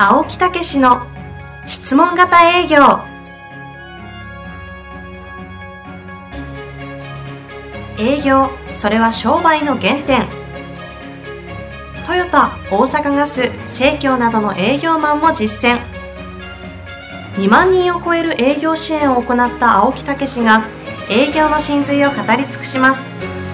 青木武の質問型営業。営業、それは商売の原点。トヨタ、大阪ガス、生協などの営業マンも実践。2万人を超える営業支援を行った青木武が営業の真髄を語り尽くします。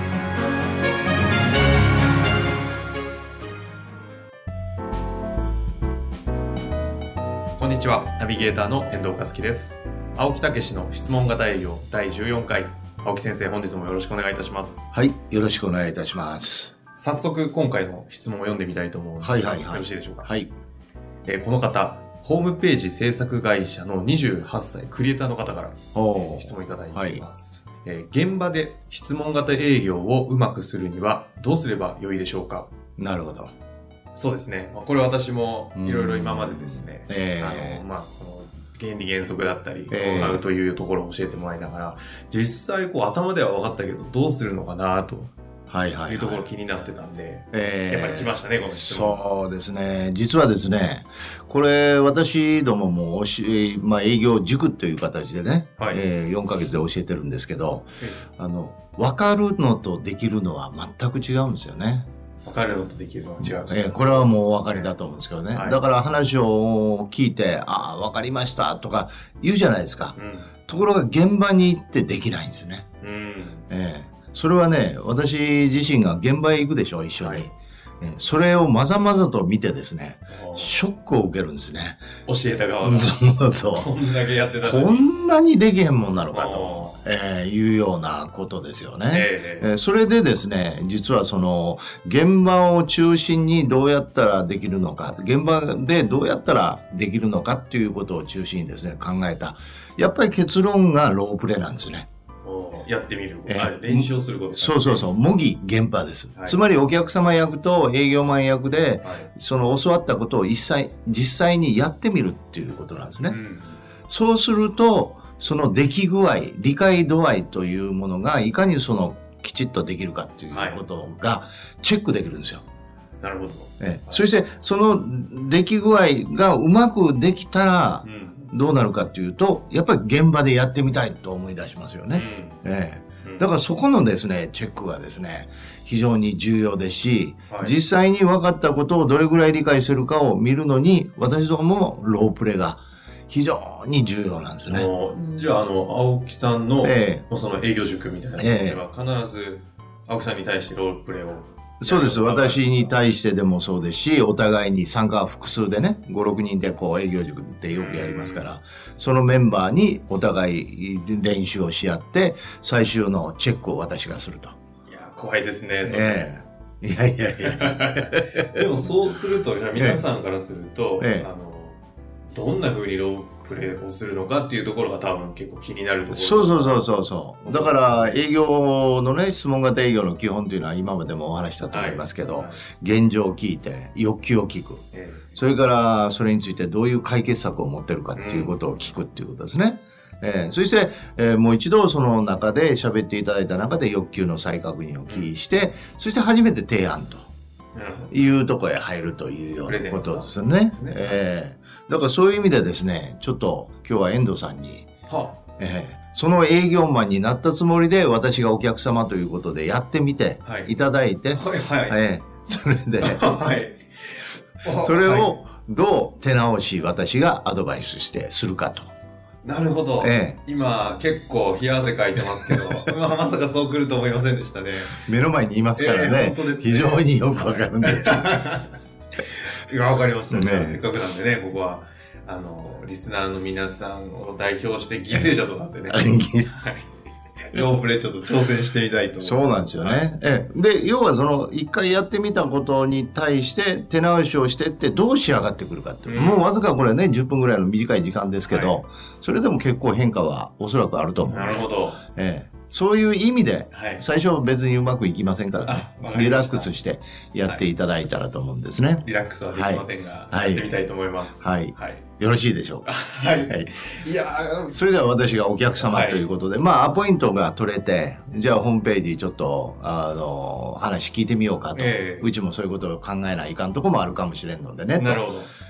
こんにちは、ナビゲーターの遠藤和樹です。青木武の質問型営業第14回。青木先生、本日もよろしくお願いいたします。 はい、よろしくお願いいたします。 早速今回の質問を読んでみたいと思うので、よろしいでしょうか。 はい。 この方、ホームページ制作会社の28歳クリエイターの方から質問いただいています。現場で質問型営業をうまくするにはどうすればよいでしょうか。 なるほど。 そうですね。これ私もいろいろ今までですね、この原理原則だったり、ノウハウというところを教えてもらいながら、実際頭では分かったけどどうするのかなというところ気になってたんで、やっぱり来ましたね、この質問。 そうですね。実はですね、これ私どもも営業塾という形でね、4ヶ月で教えてるんですけど、分かるのとできるのは全く違うんですよね。 分かるのとできるのは違うんですね。 これはもうお分かりだと思うんですけどね。だから話を聞いて、分かりましたとか言うじゃないですか。ところが現場に行ってできないんですよね。それはね、私自身が現場へ行くでしょ、一緒に。それをまざまざと見てですね、ショックを受けるんですね。 教えた側が。 そう。 こんだけやってたのに。 こんなにできへんもんなのかと、いうようなことですよね。それでですね、実は現場を中心にどうやったらできるのか、現場でどうやったらできるのかっていうことを中心にですね、考えた。やっぱり結論がロープレなんですね。 やってみる。練習をすること、 そう。模擬現場です。つまりお客様役と営業マン役で、教わったことを実際にやってみるっていうことなんですね。そうすると、その出来具合、理解度合いというものがいかにきちっとできるかっていうことがチェックできるんですよ。 なるほど。 そして、その出来具合がうまくできたら、どうなるかっていうと、やっぱり現場でやってみたいと思い出しますよね。だからそこのですね、チェックがですね、非常に重要ですし、実際に分かったことをどれぐらい理解してるかを見るのに、私どももロープレが非常に重要なんですね。 じゃあ、青木さんの、その営業塾みたいなのでは、必ず青木さんに対してロープレを。 そうです。私に対してでもそうですし、お互いに参加複数でね、5、6人で営業塾ってよくやりますから、そのメンバーにお互い練習をし合って、最終のチェックを私がすると。 いや、怖いですね、それ。いや。 でもそうすると、皆さんからすると、どんな風にロープレをするのかっていうところが多分結構気になるところ。 そう。だから営業のね、質問型営業の基本というのは今までもお話したと思いますけど、現状を聞いて欲求を聞く、それからそれについてどういう解決策を持ってるかっていうことを聞くっていうことですね。そして、もう一度その中で喋っていただいた中で欲求の再確認をして、そして初めて提案というところへ入るというようなことですね。だからそういう意味でですね、ちょっと今日は遠藤さんに、その営業マンになったつもりで私がお客様ということでやってみていただいて、それで、それをどう手直し私がアドバイスするかと。 なるほど。今結構冷や汗かいてますけど、まさかそう来ると思いませんでしたね。 目の前にいますからね。非常によくわかるんです。 いや、わかりましたね。せっかくなんでね、ここはリスナーの皆さんを代表して犠牲者となってね。ロープレちょっと挑戦してみたいと思います。 そうなんですよね。で、要は一回やってみたことに対して手直しをしてってどう仕上がってくるかっていう。もうわずかこれね、10分ぐらいの短い時間ですけど、それでも結構変化はおそらくあると思う。 なるほど。 そういう意味で、最初別にうまくいきませんからね、リラックスしてやっていただいたらと思うんですね。 リラックスはできませんが、やってみたいと思います。 よろしいでしょうか。いや、それでは私がお客様ということで、アポイントが取れて、じゃあホームページちょっと話聞いてみようかと、うちもそういうことを考えないかんとこもあるかもしれんのでね。 なるほど。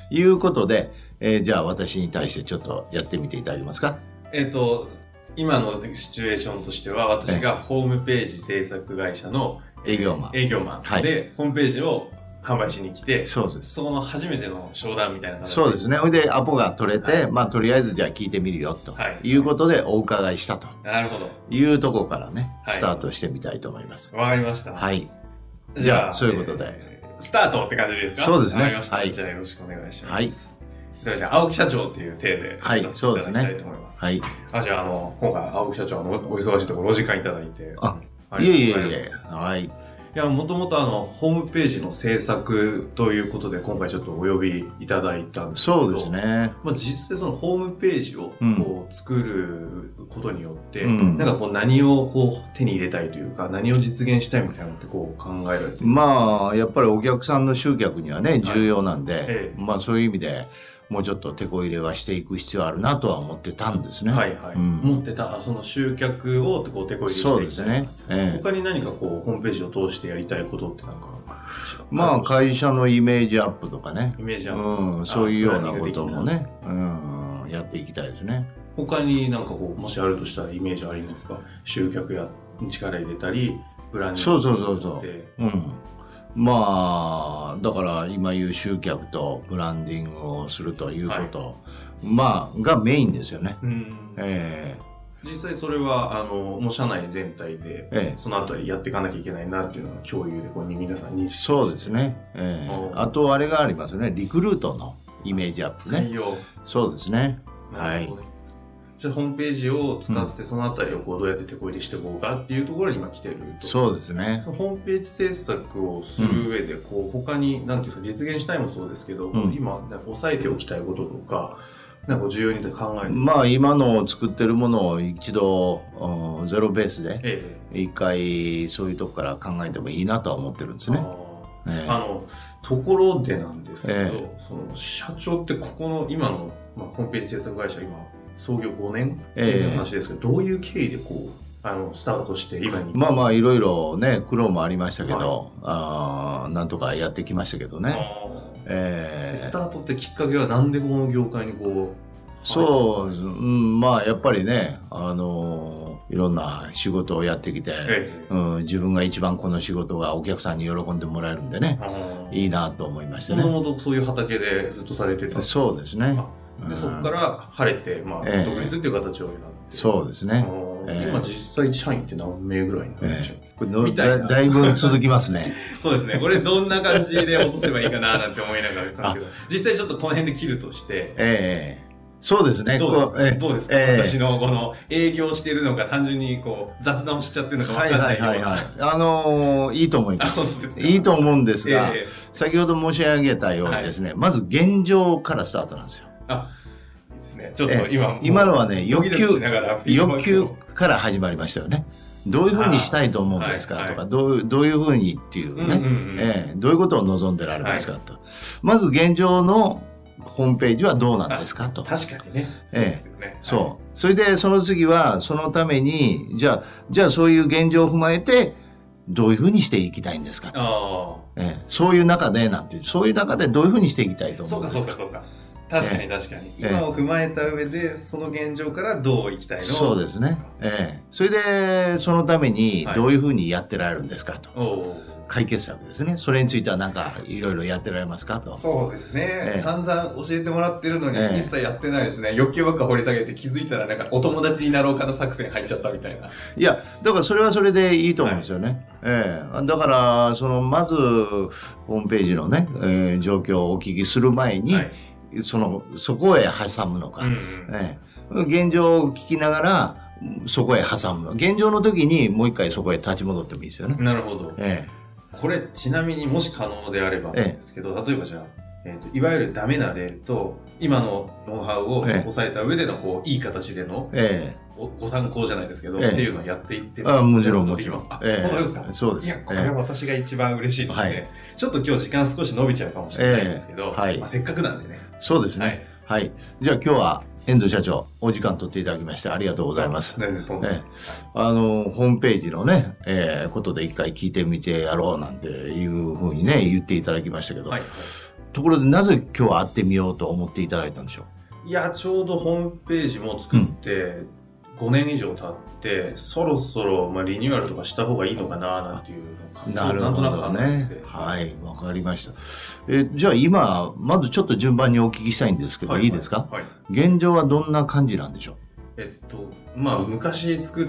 いうことで、じゃあ私に対してちょっとやってみていただけますか。 今のシチュエーションとしては、私がホームページ制作会社の営業マンで、 はい、 ホームページを販売しに来て、 そうです。 その初めての商談みたいな形で。 そうですね。で、アポが取れて、はい、とりあえずじゃあ聞いてみるよ、ということでお伺いしたと。 なるほど。 いうところからね、スタートしてみたいと思います。 わかりました。 はい。じゃあ、そういうことで。 スタートって感じですか？ そうですね。 わかりました。 はい。 じゃあよろしくお願いします。 はい。 じゃあ、青木社長っていう体で、 はい、そうですね。 はい。じゃあ、今回、青木社長、お忙しいところお時間いただいて。 いえ。はい。 いや、もともとホームページの制作ということで、今回ちょっとお呼びいただいたんですけど。 そうですね。 実際そのホームページをこう作ることによって、なんかこう何をこう手に入れたいというか、何を実現したいみたいなのってこう考えられてるんですか？ やっぱりお客さんの集客にはね、重要なんで、そういう意味で、もうちょっと手こ入れはしていく必要あるなとは思ってたんですね。 はいはい。思ってた、その集客をこう手こ入れしていきたい。 そうですね。 他に何かこう、ホームページを通してやりたいことってなんか会社のイメージアップとかね。 イメージアップ。 そういうようなこともね、やっていきたいですね。 他になんかこう、もしあるとしたらイメージありますか？集客や力入れたり、ブランディング。 そう。だから今言う集客とブランディングをするということ、がメインですよね。 実際それはもう社内全体で、そのあたりやっていかなきゃいけないなっていうのは共有で皆さん認識して。 そうですね。あとあれがありますよね。リクルートのイメージアップね。 採用。 そうですね。 はい。じゃあホームページを使ってそのあたりをこうどうやって手こ入れしていこうかっていうところに今来てると。 そうですね。 ホームページ制作をする上でこう他に何ていうんですか、実現したいもそうですけど、今押さえておきたいこととかなんか重要に考えて。 今の作ってるものを一度ゼロベースで一回そういうとこから考えてもいいなとは思ってるんですね。 ところでなんですけど、その社長ってここの今のホームページ制作会社今創業5年っていう話ですけど、どういう経緯でこうスタートして今に。 いろいろね苦労もありましたけど、なんとかやってきましたけどね。 スタートってきっかけはなんでこの業界にこう。 そう、やっぱりねいろんな仕事をやってきて、自分が一番この仕事がお客さんに喜んでもらえるんでね、いいなと思いましたね。 もともとそういう畑でずっとされてた。 そうですね。 でそこから晴れて、独立っていう形を選んで。 そうですね。 今実際社員って何名ぐらいなんでしょう？ だいぶ続きますね。 そうですね。これどんな感じで落とせばいいかななんて思いながら言ってたんですけど、実際ちょっとこの辺で切るとして、 そうですね。 どうですか、私のこの営業してるのか単純にこう雑談をしちゃってるのか分かんないような。 いいと思います。いいと思うんですが、先ほど申し上げたようにですね、まず現状からスタートなんですよ。 いいですね。ちょっと今のはね、欲求から始まりましたよね。どういうふうにしたいと思うんですかとか、どういうふうにっていうね、どういうことを望んでられますかと。まず現状のホームページはどうなんですかと。 確かにね。そうですよね。 そう。それでその次はそのためにじゃあそういう現状を踏まえてどういうふうにしていきたいんですかと。そういう中でそういう中でどういうふうにしていきたいと思うんですか。 そうか。確かに。今を踏まえた上でその現状からどういきたいの。 そうですね。それでそのためにどういうふうにやってられるんですかと。解決策ですね。それについてはなんかいろいろやってられますかと。 そうですね。散々教えてもらってるのに一切やってないですね。欲求ばっか掘り下げて気づいたらなんかお友達になろうかな作戦入っちゃったみたいな。 いや、だからそれはそれでいいと思うんですよね。だからまずホームページのね、状況をお聞きする前に、そこへ挟むのか、現状を聞きながらそこへ挟むの。現状の時にもう一回そこへ立ち戻ってもいいですよね。 なるほど。これちなみにもし可能であればなんですけど、例えばじゃあ、いわゆるダメな例と今のノウハウを抑えた上でのこういい形での、ご参考じゃないですけど、っていうのをやっていってもちろん。本当ですか？ そうです。 いや、これは私が一番嬉しいですね。ちょっと今日時間少し伸びちゃうかもしれないんですけど、せっかくなんでね。 そうですね。はい。じゃあ今日は遠藤社長お時間取っていただきましてありがとうございます。ホームページのね、ことで一回聞いてみてやろうなんていうふうにね言っていただきましたけど、 ところでなぜ今日は会ってみようと思っていただいたんでしょう？いや、ちょうどホームページも作って5年以上経って、そろそろリニューアルとかした方がいいのかななんていうのをなるほどね。はい、わかりました。じゃあ今まずちょっと順番にお聞きしたいんですけど、いいですか？はい。現状はどんな感じなんでしょう？ 昔作って、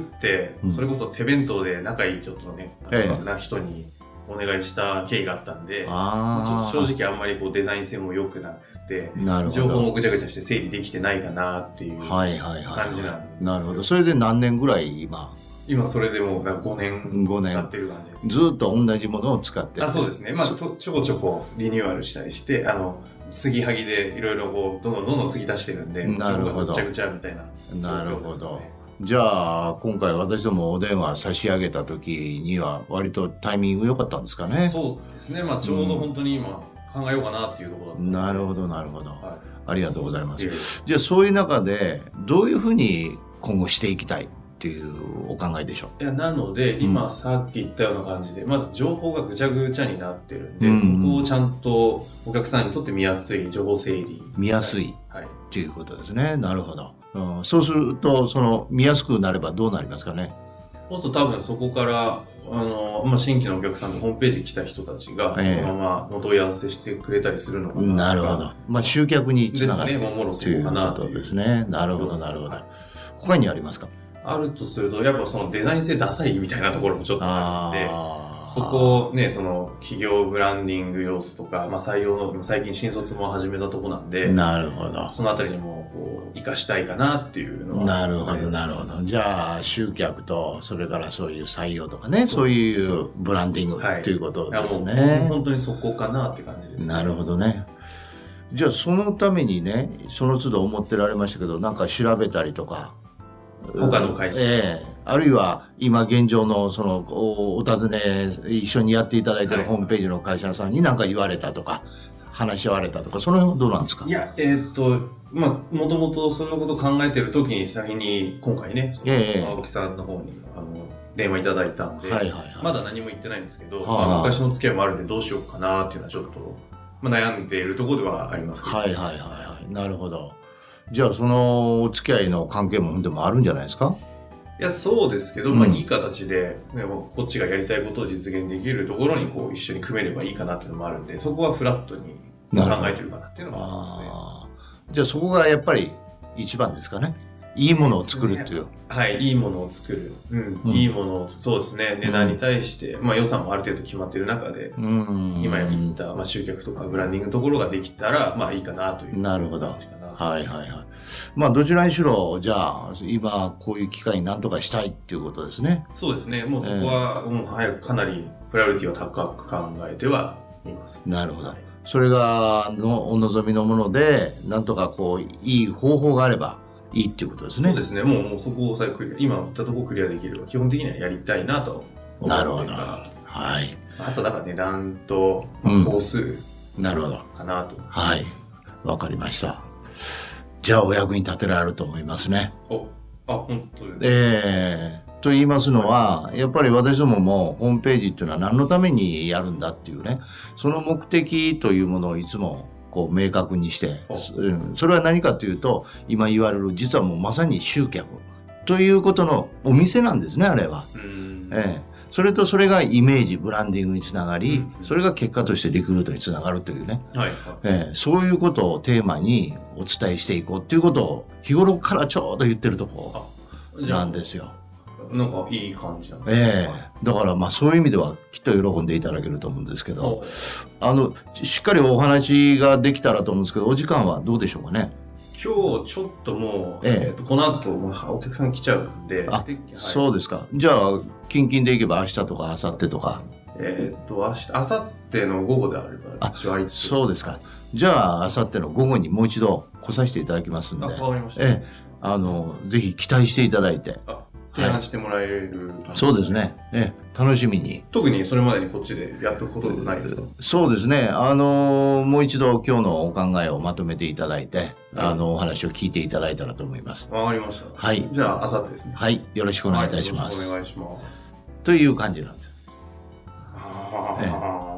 それこそ手弁当で仲いいちょっとね、な人にお願いした経緯があったんで、正直あんまりデザイン性も良くなくて、情報もぐちゃぐちゃして整理できてないかなっていう感じなんです。 なるほど。それで何年ぐらい今それでもう5年使ってる感じです。 ずっと同じものを使ってる。 そうですね。ちょこちょこリニューアルしたりして、継ぎはぎでいろいろどんどん継ぎ足してるんで、 なるほど。 ぐちゃぐちゃみたいな。 なるほど。じゃあ今回私どもお電話差し上げた時には割とタイミング良かったんですかね？ そうですね。ちょうど本当に今考えようかなっていうところだった。 なるほどなるほど。ありがとうございます。じゃあそういう中でどういうふうに今後していきたいっていうお考えでしょう？ なので今さっき言ったような感じで、まず情報がぐちゃぐちゃになってるんで、そこをちゃんとお客さんにとって見やすい情報整理。 見やすいっていうことですね。なるほど。そうすると見やすくなればどうなりますかね？ そうすると多分そこから新規のお客さんとホームページ来た人たちがそのままお問い合わせしてくれたりするのかな。 なるほど。集客につながるですね。もろそこかなということですね。なるほどなるほど。他にありますか？ あるとするとやっぱそのデザイン性ダサいみたいなところもちょっとあって、そこをね、その企業ブランディング要素とか、採用の最近新卒も始めたとこなんで、 なるほど。 そのあたりにも活かしたいかなっていうのは、 なるほどなるほど。じゃあ集客とそれからそういう採用とかね、そういうブランディングっていうことですね。 本当にそこかなって感じですね。 なるほどね。じゃあそのためにね、その都度思ってられましたけど、なんか調べたりとか。 他の会社、 あるいは今現状のお尋ね一緒にやっていただいているホームページの会社さんに何か言われたとか話し合われたとか、その辺はどうなんですか？ いやもともとそのことを考えてる時に先に今回ね、青木さんの方に電話いただいたんで、まだ何も言ってないんですけど、昔の付き合いもあるんでどうしようかなっていうのはちょっと、悩んでいるところではありますけど。 なるほど。じゃあそのお付き合いの関係もでもあるんじゃないですか？ いや、そうですけど、いい形で、こっちがやりたいことを実現できるところに一緒に組めればいいかなっていうのもあるんで、そこはフラットに考えてるかなっていうのもありますね。 じゃあそこがやっぱり一番ですかね。いいものを作るっていう。 はい、いいものを作る。いいものを、そうですね、値段に対して、予算もある程度決まっている中で、今言った、集客とかブランディングのところができたら、いいかなという。 なるほど。どちらにしろ、じゃあ、今、こういう機会に何とかしたいっていうことですね。 そうですね。もうそこは、もう早くかなりプライオリティを高く考えてはいます。 なるほど。それが、お望みのもので、なんとかいい方法があればいいっていうことですね。 そうですね。もうそこを今言ったところクリアできれば、基本的にはやりたいなと思ってなるほど。 あと、だから値段と、工数なるほど。 かなと。 わかりました。じゃあお役に立てられると思いますね。 本当ですと言いますのは、やっぱり私どももホームページっていうのは何のためにやるんだっていうね、その目的というものをいつも明確にして、それは何かというと、今言われる実はもうまさに集客ということのお店なんですね、あれは。それとそれがイメージ、ブランディングにつながり、それが結果としてリクルートにつながるというね、そういうことをテーマにお伝えしていこうということを日頃からちょうど言ってるところなんですよ。 なんかいい感じなんですね。 だからそういう意味ではきっと喜んでいただけると思うんですけど、しっかりお話ができたらと思うんですけど、お時間はどうでしょうかね？ 今日ちょっともう、この後お客さん来ちゃうんで。 そうですか。じゃあ近々で行けば明日とか明後日とか。 明後日の午後であればそうですか。じゃあ明後日の午後にもう一度来させていただきますんで。 わかりました。 ぜひ期待していただいて。 提案してもらえる、 そうですね。楽しみに。 特にそれまでにこっちでやったことないですか？ そうですね。もう一度今日のお考えをまとめていただいて、お話を聞いていただいたらと思います。 わかりました。じゃあ明後日ですね。 よろしくお願いいたします。 お願いします。 という感じなんです。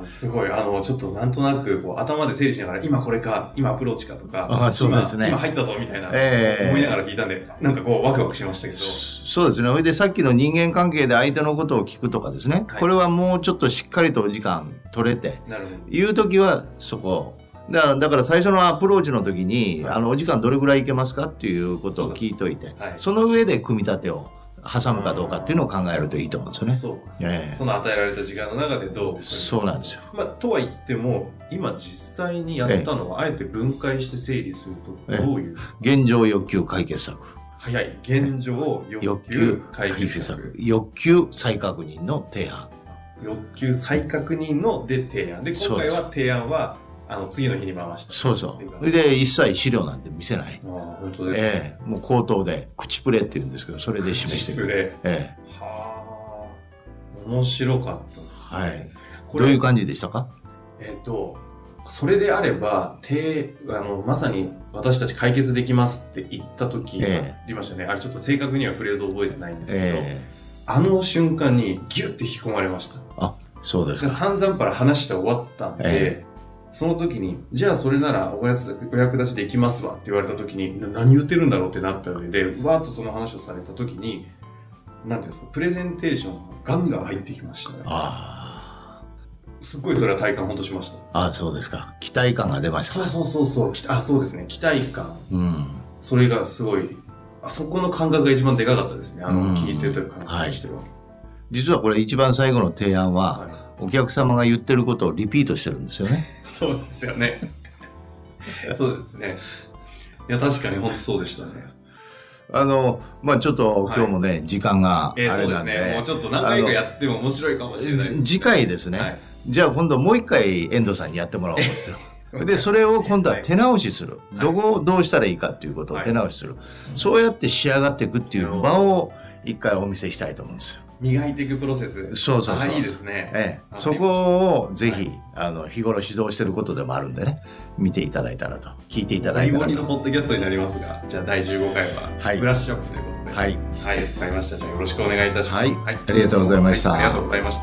すごい。ちょっとなんとなくこう頭で整理しながら、今これか、今アプローチかとか、 そうですね、 今入ったぞみたいな、思いながら聞いたんで、なんかこうワクワクしましたけど。 そうですね。それでさっきの人間関係で相手のことを聞くとかですね、これはもうちょっとしっかりとお時間取れて、いう時はそこ。だから最初のアプローチの時に、お時間どれぐらいいけますかっていうことを聞いといて、その上で組み立てを挟むかどうかっていうのを考えるといいと思うんですよね。 その与えられた時間の中でどう。 そうなんですよ。 とは言っても、今実際にやったのは、あえて分解して整理すると、どういう。 現状欲求解決策。 早い。現状欲求解決策。 欲求再確認の提案。 欲求再確認ので提案。で、今回は提案は、次の日に回した。 そうそう。それで一切資料なんて見せない。 本当ですね。 もう口頭で、口プレって言うんですけど、それで示してくる。 口プレ。はあ。面白かった。 はい。どういう感じでしたか？ それであれば、まさに私たち解決できますって言った時、言いましたね。あれちょっと正確にはフレーズを覚えてないんですけど、あの瞬間にギュッて引き込まれました。 あ、そうですか。 散々から話して終わったんで、その時に、じゃあそれならお役立ちできますわって言われた時に、何言ってるんだろうってなった上で、わーっとその話をされた時に、なんていうんですか、プレゼンテーションがガンガン入ってきましたね。すっごいそれは体感ほんとしました。 そうですか。期待感が出ました。 そう。そうですね。期待感。それがすごい、そこの感覚が一番でかかったですね。聞いてるという感覚としては。 実はこれ一番最後の提案は、お客様が言ってることをリピートしてるんですよね。 そうですよね。そうですね。いや、確かに本当そうでしたね。 ちょっと今日もね、時間があれなんで。 そうですね。もうちょっと何回かやっても面白いかもしれない。 次回ですね。じゃあ今度もう一回遠藤さんにやってもらおうんですよ。で、それを今度は手直しする。どうしたらいいかっていうことを手直しする。そうやって仕上がっていくっていう場を一回お見せしたいと思うんですよ。 磨いていくプロセス。 そう。 いいですね。 そこをぜひ、日頃指導してることでもあるんでね、見ていただいたらと、聞いていただいたらと。 今のポッドキャストになりますが、じゃあ第15回は、ブラッシュアップということで。はい。わかりました。じゃあよろしくお願いいたします。 ありがとうございました。 ありがとうございました。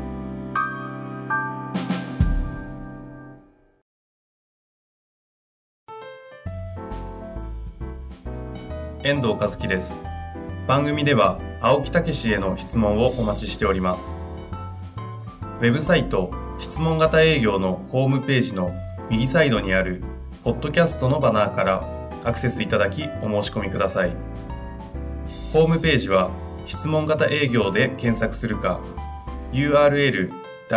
遠藤和樹です。番組では青木武への質問をお待ちしております。ウェブサイト質問型営業のホームページの右サイドにあるポッドキャストのバナーからアクセスいただきお申し込みください。ホームページは質問型営業で検索するか URL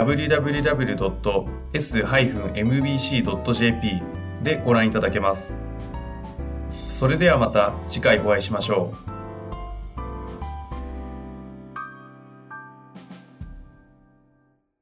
www.s-mbc.jp でご覧いただけます。それではまた次回お会いしましょう。